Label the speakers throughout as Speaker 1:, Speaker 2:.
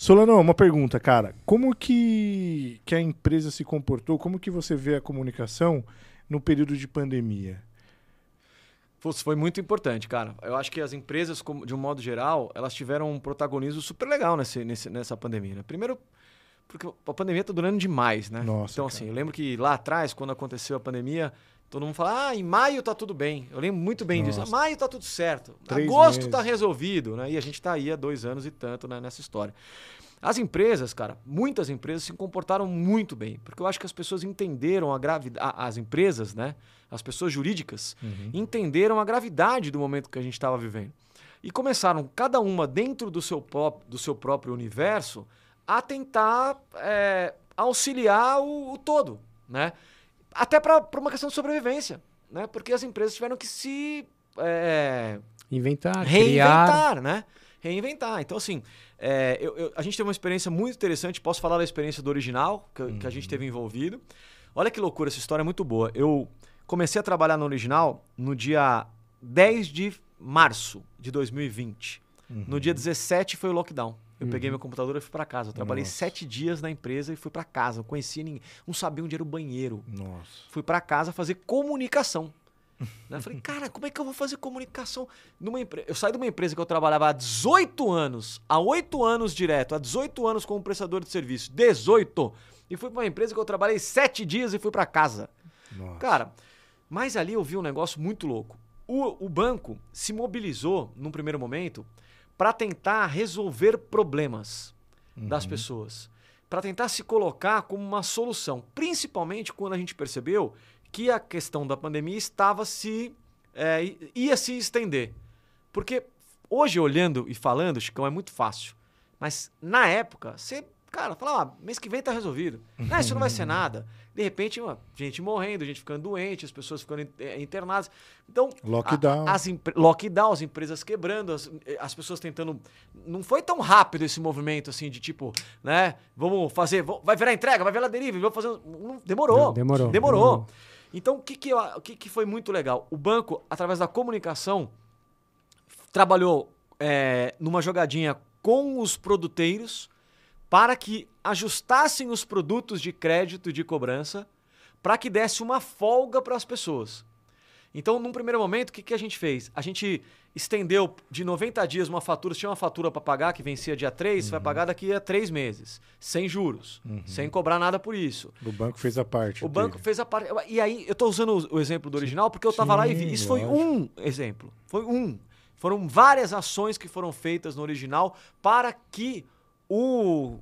Speaker 1: Solano, uma pergunta, cara. Como que a empresa se comportou? Como que você vê a comunicação no período de pandemia?
Speaker 2: Foi muito importante, cara. Eu acho que as empresas, de um modo geral, elas tiveram um protagonismo super legal nessa pandemia, né? Primeiro, porque a pandemia tá durando demais, né?
Speaker 1: Nossa,
Speaker 2: então,
Speaker 1: cara.
Speaker 2: assim, eu lembro que lá atrás, quando aconteceu a pandemia, todo mundo fala, em maio tá tudo bem. Eu lembro muito bem disso. Maio tá tudo certo.
Speaker 1: 3
Speaker 2: Agosto
Speaker 1: meses.
Speaker 2: tá resolvido, né? E a gente tá aí há 2 anos e tanto, né, nessa história. As empresas, cara, muitas empresas se comportaram muito bem, porque eu acho que as pessoas entenderam a gravidade, as empresas, né, as pessoas jurídicas, entenderam a gravidade do momento que a gente estava vivendo. E começaram, cada uma dentro do seu próprio universo, a tentar auxiliar o todo, né? Até para uma questão de sobrevivência, né? Porque as empresas tiveram que se reinventar, né? Reinventar. Então, assim, a gente teve uma experiência muito interessante. Posso falar da experiência do original, que a gente teve envolvido. Olha que loucura, essa história é muito boa. Eu comecei a trabalhar no original no dia 10 de março de 2020. No dia 17 foi o lockdown. Eu peguei meu computador e fui para casa. Eu trabalhei 7 dias na empresa e fui para casa. Não conhecia ninguém. Não sabia onde era o banheiro.
Speaker 1: Nossa.
Speaker 2: Fui para casa fazer comunicação. Eu falei, cara, como é que eu vou fazer comunicação numa empresa? Eu saí de uma empresa que eu trabalhava há 18 anos, há 8 anos direto, há 18 anos como prestador de serviço, 18, e fui para uma empresa que eu trabalhei 7 dias e fui para casa.
Speaker 1: Nossa.
Speaker 2: Cara, mas ali eu vi um negócio muito louco. O banco se mobilizou, num primeiro momento, para tentar resolver problemas das pessoas, para tentar se colocar como uma solução, principalmente quando a gente percebeu que a questão da pandemia ia se estender. Porque hoje, olhando e falando, Chicão, é muito fácil. Mas na época, você, cara, falava, mês que vem tá resolvido. Não, isso não vai ser nada. De repente, gente morrendo, gente ficando doente, as pessoas ficando internadas. Então,
Speaker 1: Lockdown.
Speaker 2: Lockdown, as empresas quebrando, as pessoas tentando... Não foi tão rápido esse movimento, assim, de tipo, né? Vamos fazer... Vai virar entrega, vai virar delivery, vamos fazer... Demorou. Demorou. Então, o que foi muito legal? O banco, através da comunicação, trabalhou numa jogadinha com os produteiros para que ajustassem os produtos de crédito e de cobrança para que desse uma folga para as pessoas. Então, num primeiro momento, o que a gente fez? A gente estendeu de 90 dias uma fatura, se tinha uma fatura para pagar que vencia dia 3, você vai pagar daqui a 3 meses, sem juros, sem cobrar nada por isso.
Speaker 1: O banco fez a parte.
Speaker 2: O banco fez a parte. E aí, eu estou usando o exemplo do original porque eu estava lá e vi. Isso foi um exemplo. Foram várias ações que foram feitas no original para que o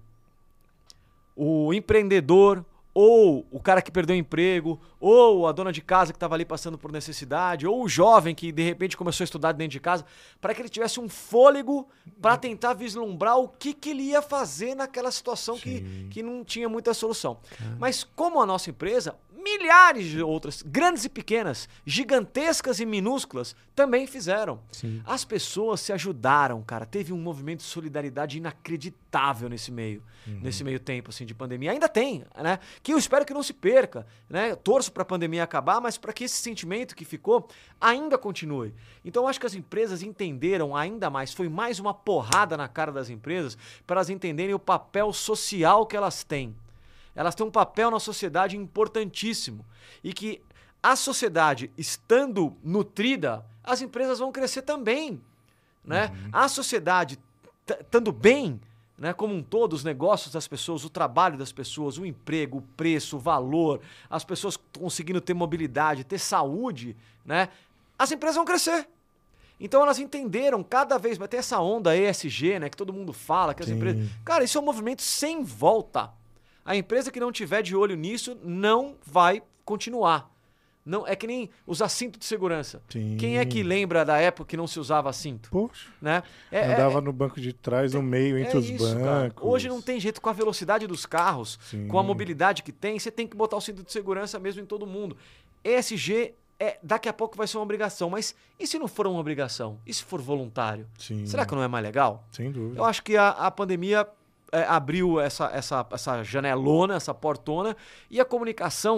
Speaker 2: empreendedor, ou o cara que perdeu o emprego, ou a dona de casa que estava ali passando por necessidade, ou o jovem que de repente começou a estudar dentro de casa, para que ele tivesse um fôlego para tentar vislumbrar o que ele ia fazer naquela situação que não tinha muita solução. Mas como a nossa empresa, milhares de outras, grandes e pequenas, gigantescas e minúsculas, também fizeram. As pessoas se ajudaram, cara. Teve um movimento de solidariedade inacreditável nesse meio tempo assim, de pandemia. Ainda tem, né? Que eu espero que não se perca, né? Torço para a pandemia acabar, mas para que esse sentimento que ficou ainda continue. Então eu acho que as empresas entenderam ainda mais, foi mais uma porrada na cara das empresas para elas entenderem o papel social que elas têm. Elas têm um papel na sociedade importantíssimo e que a sociedade estando nutrida, as empresas vão crescer também, né? A sociedade estando bem, né, como um todo, os negócios das pessoas, o trabalho das pessoas, o emprego, o preço, o valor, as pessoas conseguindo ter mobilidade, ter saúde, né, as empresas vão crescer. Então elas entenderam cada vez mais, tem essa onda ESG, né, que todo mundo fala, que as empresas... Cara, isso é um movimento sem volta. A empresa que não tiver de olho nisso não vai continuar. Não, é que nem usar cinto de segurança. Quem é que lembra da época que não se usava cinto?
Speaker 1: Poxa.
Speaker 2: Né?
Speaker 1: Andava no banco de trás, no meio, entre os bancos.
Speaker 2: Cara. Hoje não tem jeito, com a velocidade dos carros, com a mobilidade que tem, você tem que botar o cinto de segurança mesmo em todo mundo. ESG, daqui a pouco vai ser uma obrigação, mas e se não for uma obrigação? E se for voluntário? Será que não é mais legal?
Speaker 1: Sem dúvida.
Speaker 2: Eu acho que a pandemia abriu essa janelona, essa portona, e a comunicação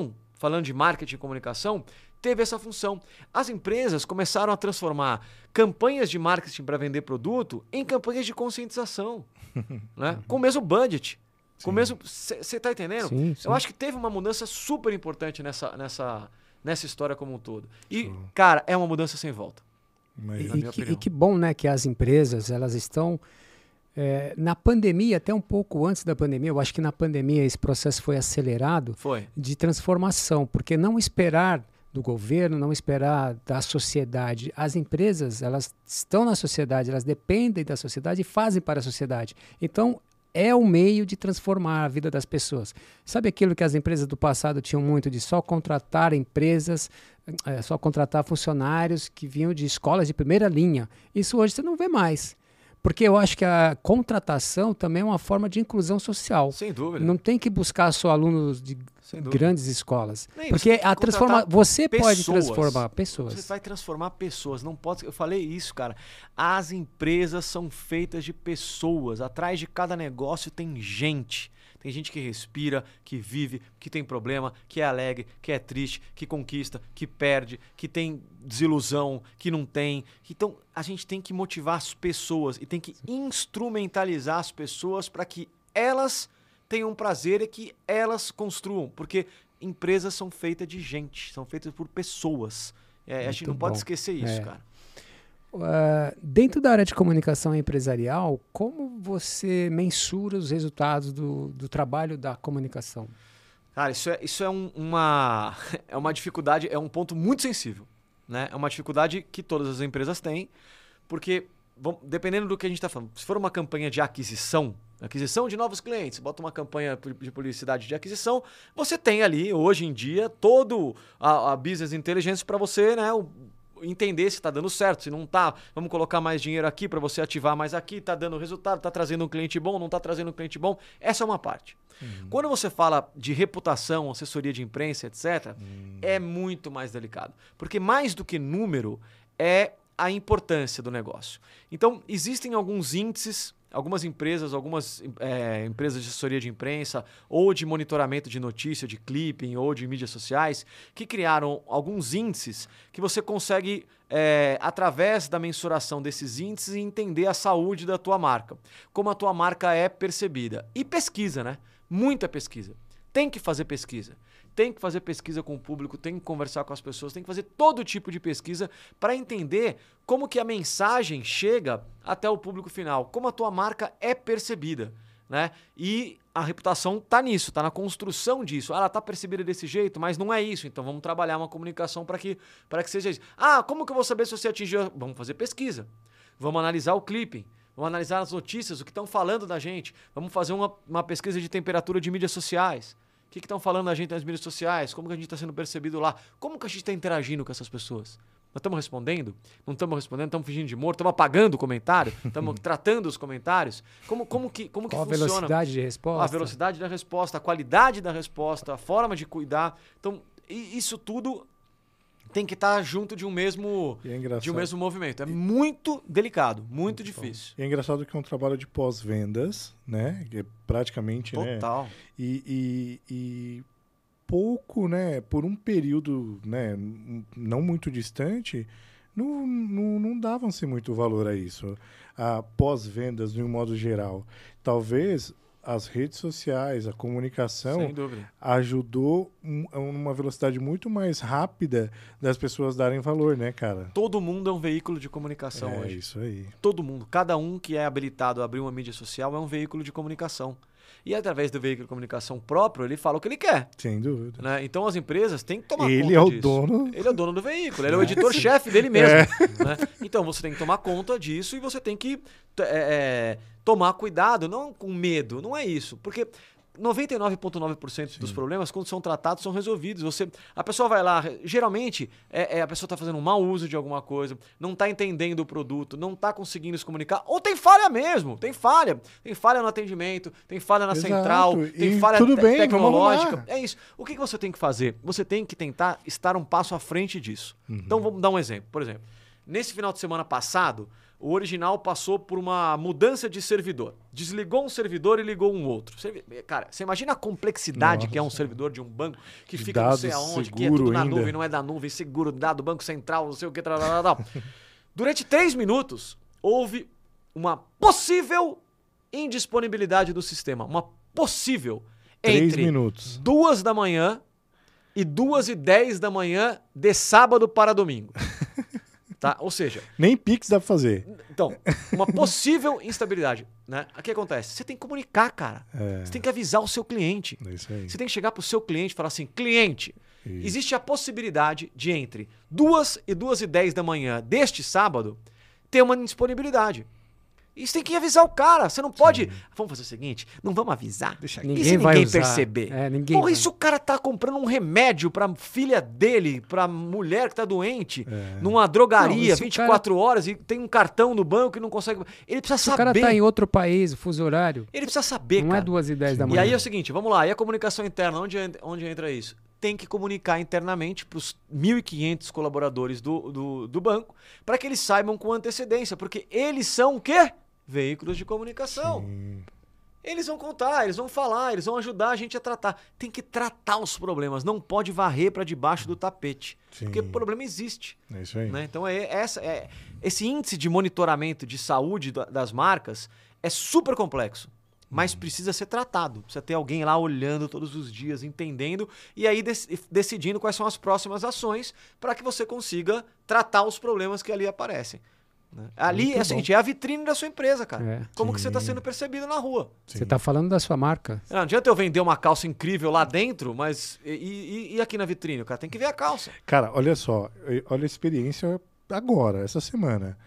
Speaker 2: falando de marketing e comunicação, teve essa função. As empresas começaram a transformar campanhas de marketing para vender produto em campanhas de conscientização, né? Com o mesmo budget. Com o mesmo. Você está entendendo?
Speaker 3: Sim, sim.
Speaker 2: Eu acho que teve uma mudança super importante nessa história como um todo. E, cara, é uma mudança sem volta. Na minha opinião.
Speaker 3: E que bom, né, que as empresas, elas estão... na pandemia, até um pouco antes da pandemia, eu acho que na pandemia esse processo foi acelerado de transformação, porque não esperar do governo, não esperar da sociedade. As empresas, elas estão na sociedade, elas dependem da sociedade e fazem para a sociedade. Então, é o meio de transformar a vida das pessoas. Sabe aquilo que as empresas do passado tinham muito de só contratar empresas, só contratar funcionários que vinham de escolas de primeira linha? Isso hoje você não vê mais. Porque eu acho que a contratação também é uma forma de inclusão social.
Speaker 2: Sem dúvida.
Speaker 3: Não tem que buscar só alunos de grandes escolas.
Speaker 2: Nem,
Speaker 3: porque a transforma... você pode
Speaker 2: pessoas.
Speaker 3: transformar pessoas.
Speaker 2: Você vai transformar pessoas. Não pode... Eu falei isso, cara. As empresas são feitas de pessoas. Atrás de cada negócio tem gente. Tem gente que respira, que vive, que tem problema, que é alegre, que é triste, que conquista, que perde, que tem desilusão, que não tem. Então, a gente tem que motivar as pessoas e tem que instrumentalizar as pessoas para que elas tenham prazer e que elas construam. Porque empresas são feitas de gente, são feitas por pessoas. A gente não pode esquecer isso, cara.
Speaker 3: Dentro da área de comunicação empresarial, como você mensura os resultados do trabalho da comunicação?
Speaker 2: Cara, isso é uma dificuldade, é um ponto muito sensível, né? É uma dificuldade que todas as empresas têm, porque dependendo do que a gente está falando, se for uma campanha de aquisição de novos clientes, bota uma campanha de publicidade de aquisição, você tem ali, hoje em dia, todo a business intelligence para você, né? Entender se está dando certo, se não está, vamos colocar mais dinheiro aqui para você ativar mais aqui, está dando resultado, está trazendo um cliente bom, não está trazendo um cliente bom. Essa é uma parte. Quando você fala de reputação, assessoria de imprensa, etc., é muito mais delicado. Porque mais do que número é a importância do negócio. Então, existem alguns índices, algumas empresas de assessoria de imprensa ou de monitoramento de notícia, de clipping ou de mídias sociais, que criaram alguns índices que você consegue, através da mensuração desses índices, entender a saúde da tua marca, como a tua marca é percebida. E pesquisa, né? Muita pesquisa. Tem que fazer pesquisa. Tem que fazer pesquisa com o público, tem que conversar com as pessoas, tem que fazer todo tipo de pesquisa para entender como que a mensagem chega até o público final, como a tua marca é percebida, né? E a reputação está nisso, está na construção disso. Ela está percebida desse jeito, mas não é isso. Então vamos trabalhar uma comunicação para que seja isso. Como que eu vou saber se você atingiu? Vamos fazer pesquisa. Vamos analisar o clipping. Vamos analisar as notícias, o que estão falando da gente. Vamos fazer uma pesquisa de temperatura de mídias sociais. O que estão falando da gente nas mídias sociais? Como que a gente está sendo percebido lá? Como que a gente está interagindo com essas pessoas? Nós estamos respondendo? Não estamos respondendo? Estamos fingindo de morto? Estamos apagando o comentário? Estamos tratando os comentários? Como que
Speaker 3: Qual
Speaker 2: funciona?
Speaker 3: A velocidade de resposta?
Speaker 2: A velocidade da resposta, a qualidade da resposta, a forma de cuidar. Então, isso tudo tem que estar junto de um mesmo movimento. É muito delicado, muito difícil.
Speaker 1: E é engraçado que é um trabalho de pós-vendas, né? Que é praticamente,
Speaker 2: total.
Speaker 1: Né? E pouco, né? Por um período, né? Não muito distante, não davam-se muito valor a isso. A pós-vendas, de um modo geral. Talvez as redes sociais, a comunicação,
Speaker 2: sem dúvida,
Speaker 1: ajudou uma velocidade muito mais rápida das pessoas darem valor, né, cara?
Speaker 2: Todo mundo é um veículo de comunicação hoje.
Speaker 1: É isso aí.
Speaker 2: Todo mundo. Cada um que é habilitado a abrir uma mídia social é um veículo de comunicação. E através do veículo de comunicação próprio, ele fala o que ele quer.
Speaker 1: Sem dúvida.
Speaker 2: Né? Então as empresas têm que tomar conta
Speaker 1: disso. Ele é o
Speaker 2: dono do veículo, ele é o editor-chefe dele mesmo. Né? Então você tem que tomar conta disso e você tem que tomar cuidado, não com medo, não é isso. Porque 99,9% dos problemas, quando são tratados, são resolvidos. A pessoa vai lá, geralmente a pessoa está fazendo um mau uso de alguma coisa, não está entendendo o produto, não está conseguindo se comunicar, ou tem falha mesmo, tem falha no atendimento, tem falha na central, tem falha tecnológica. É isso. O que você tem que fazer? Você tem que tentar estar um passo à frente disso. Então vamos dar um exemplo. Por exemplo, Nesse final de semana passado, o Original passou por uma mudança de servidor. Desligou um servidor e ligou um outro. Cara, você imagina a complexidade que é um servidor de um banco que fica não sei aonde, que é tudo na nuvem, não é da nuvem, seguro, dado, Banco Central, não sei o que, Durante 3 minutos, houve uma possível indisponibilidade do sistema. Uma possível.
Speaker 1: 3 minutos.
Speaker 2: 2 da manhã e 2h10 da manhã de sábado para domingo. Tá? Ou seja...
Speaker 1: Nem Pix dá pra fazer.
Speaker 2: Então, uma possível instabilidade. Né? O que acontece? Você tem que comunicar, cara. Você tem que avisar o seu cliente.
Speaker 1: É isso aí.
Speaker 2: Você tem que chegar pro seu cliente e falar assim, cliente, existe a possibilidade de entre 2 e 2h10 da manhã deste sábado ter uma indisponibilidade. E você tem que avisar o cara. Você não pode... Vamos fazer o seguinte, não vamos avisar.
Speaker 3: Deixa
Speaker 2: e se ninguém perceber? Porra, e se o cara tá comprando um remédio pra filha dele, pra mulher que tá doente, numa drogaria, 24 horas, e tem um cartão no banco e não consegue... Ele precisa saber.
Speaker 3: O cara tá em outro país, fuso horário.
Speaker 2: Ele precisa saber,
Speaker 3: não
Speaker 2: cara.
Speaker 3: Não é 2h10 da manhã.
Speaker 2: E aí é o seguinte, vamos lá. E a comunicação interna, onde entra isso? Tem que comunicar internamente para os 1.500 colaboradores do banco para que eles saibam com antecedência, porque eles são o quê? Veículos de comunicação. Sim. Eles vão contar, eles vão falar, eles vão ajudar a gente a tratar. Tem que tratar os problemas, não pode varrer para debaixo do tapete. Sim. Porque o problema existe.
Speaker 1: É isso aí.
Speaker 2: Né? Então, esse índice de monitoramento de saúde das marcas é super complexo. Mas precisa ser tratado. Precisa ter alguém lá olhando todos os dias, entendendo e aí decidindo quais são as próximas ações para que você consiga tratar os problemas que ali aparecem. Né? Ali é a vitrine da sua empresa, cara. Como que você está sendo percebido na rua.
Speaker 3: Sim. Você está falando da sua marca.
Speaker 2: Não adianta eu vender uma calça incrível lá dentro, mas e aqui na vitrine? O cara tem que ver a calça.
Speaker 1: Cara, olha só. Olha a experiência agora, essa semana.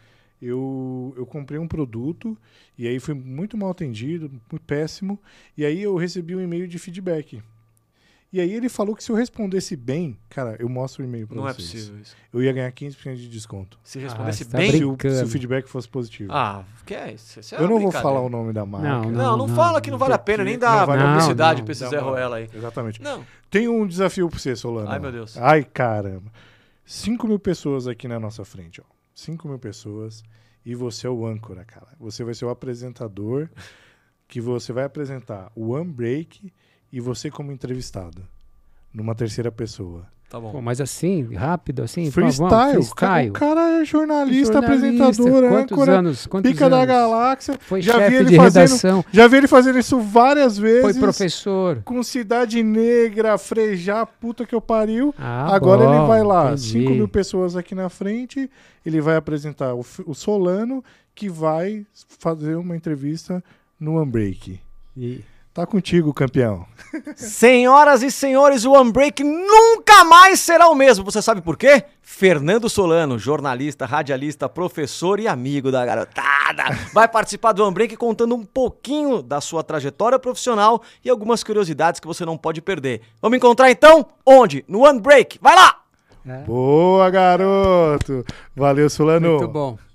Speaker 1: Eu comprei um produto e aí fui muito mal atendido, muito péssimo. E aí eu recebi um e-mail de feedback. E aí ele falou que se eu respondesse bem, cara, eu mostro o e-mail pra vocês.
Speaker 2: Não é possível isso.
Speaker 1: Eu ia ganhar 15% de desconto.
Speaker 2: Se respondesse
Speaker 3: tá
Speaker 2: bem,
Speaker 1: se o feedback fosse positivo.
Speaker 2: Que é isso?
Speaker 1: Eu não vou falar o nome da marca.
Speaker 2: Não fala que não vale a pena, nem dar publicidade pra esse Zé Ruela aí.
Speaker 1: Exatamente.
Speaker 2: Não.
Speaker 1: Tem um desafio pra você, Solano.
Speaker 2: Ai, meu Deus.
Speaker 1: Ai, caramba. 5.000 pessoas aqui na nossa frente, ó. 5.000 pessoas e você é o âncora, cara. Você vai ser o apresentador que você vai apresentar o One Break e você como entrevistado numa terceira pessoa.
Speaker 2: Tá bom.
Speaker 3: Pô, mas assim, rápido, assim,
Speaker 1: freestyle. O cara é jornalista, apresentador, âncora, pica da galáxia.
Speaker 3: Foi chefe de redação.
Speaker 1: Já vi ele fazendo isso várias vezes.
Speaker 3: Foi professor.
Speaker 1: Com Cidade Negra, Frejá, puta que eu pariu. Agora ele vai lá, 5.000 pessoas aqui na frente, ele vai apresentar o Solano, que vai fazer uma entrevista no One Break. Tá contigo, campeão.
Speaker 2: Senhoras e senhores, o One Break nunca mais será o mesmo. Você sabe por quê? Fernando Solano, jornalista, radialista, professor e amigo da garotada, vai participar do One Break contando um pouquinho da sua trajetória profissional e algumas curiosidades que você não pode perder. Vamos encontrar então? Onde? No One Break. Vai lá!
Speaker 1: Boa, garoto! Valeu, Solano.
Speaker 3: Muito bom.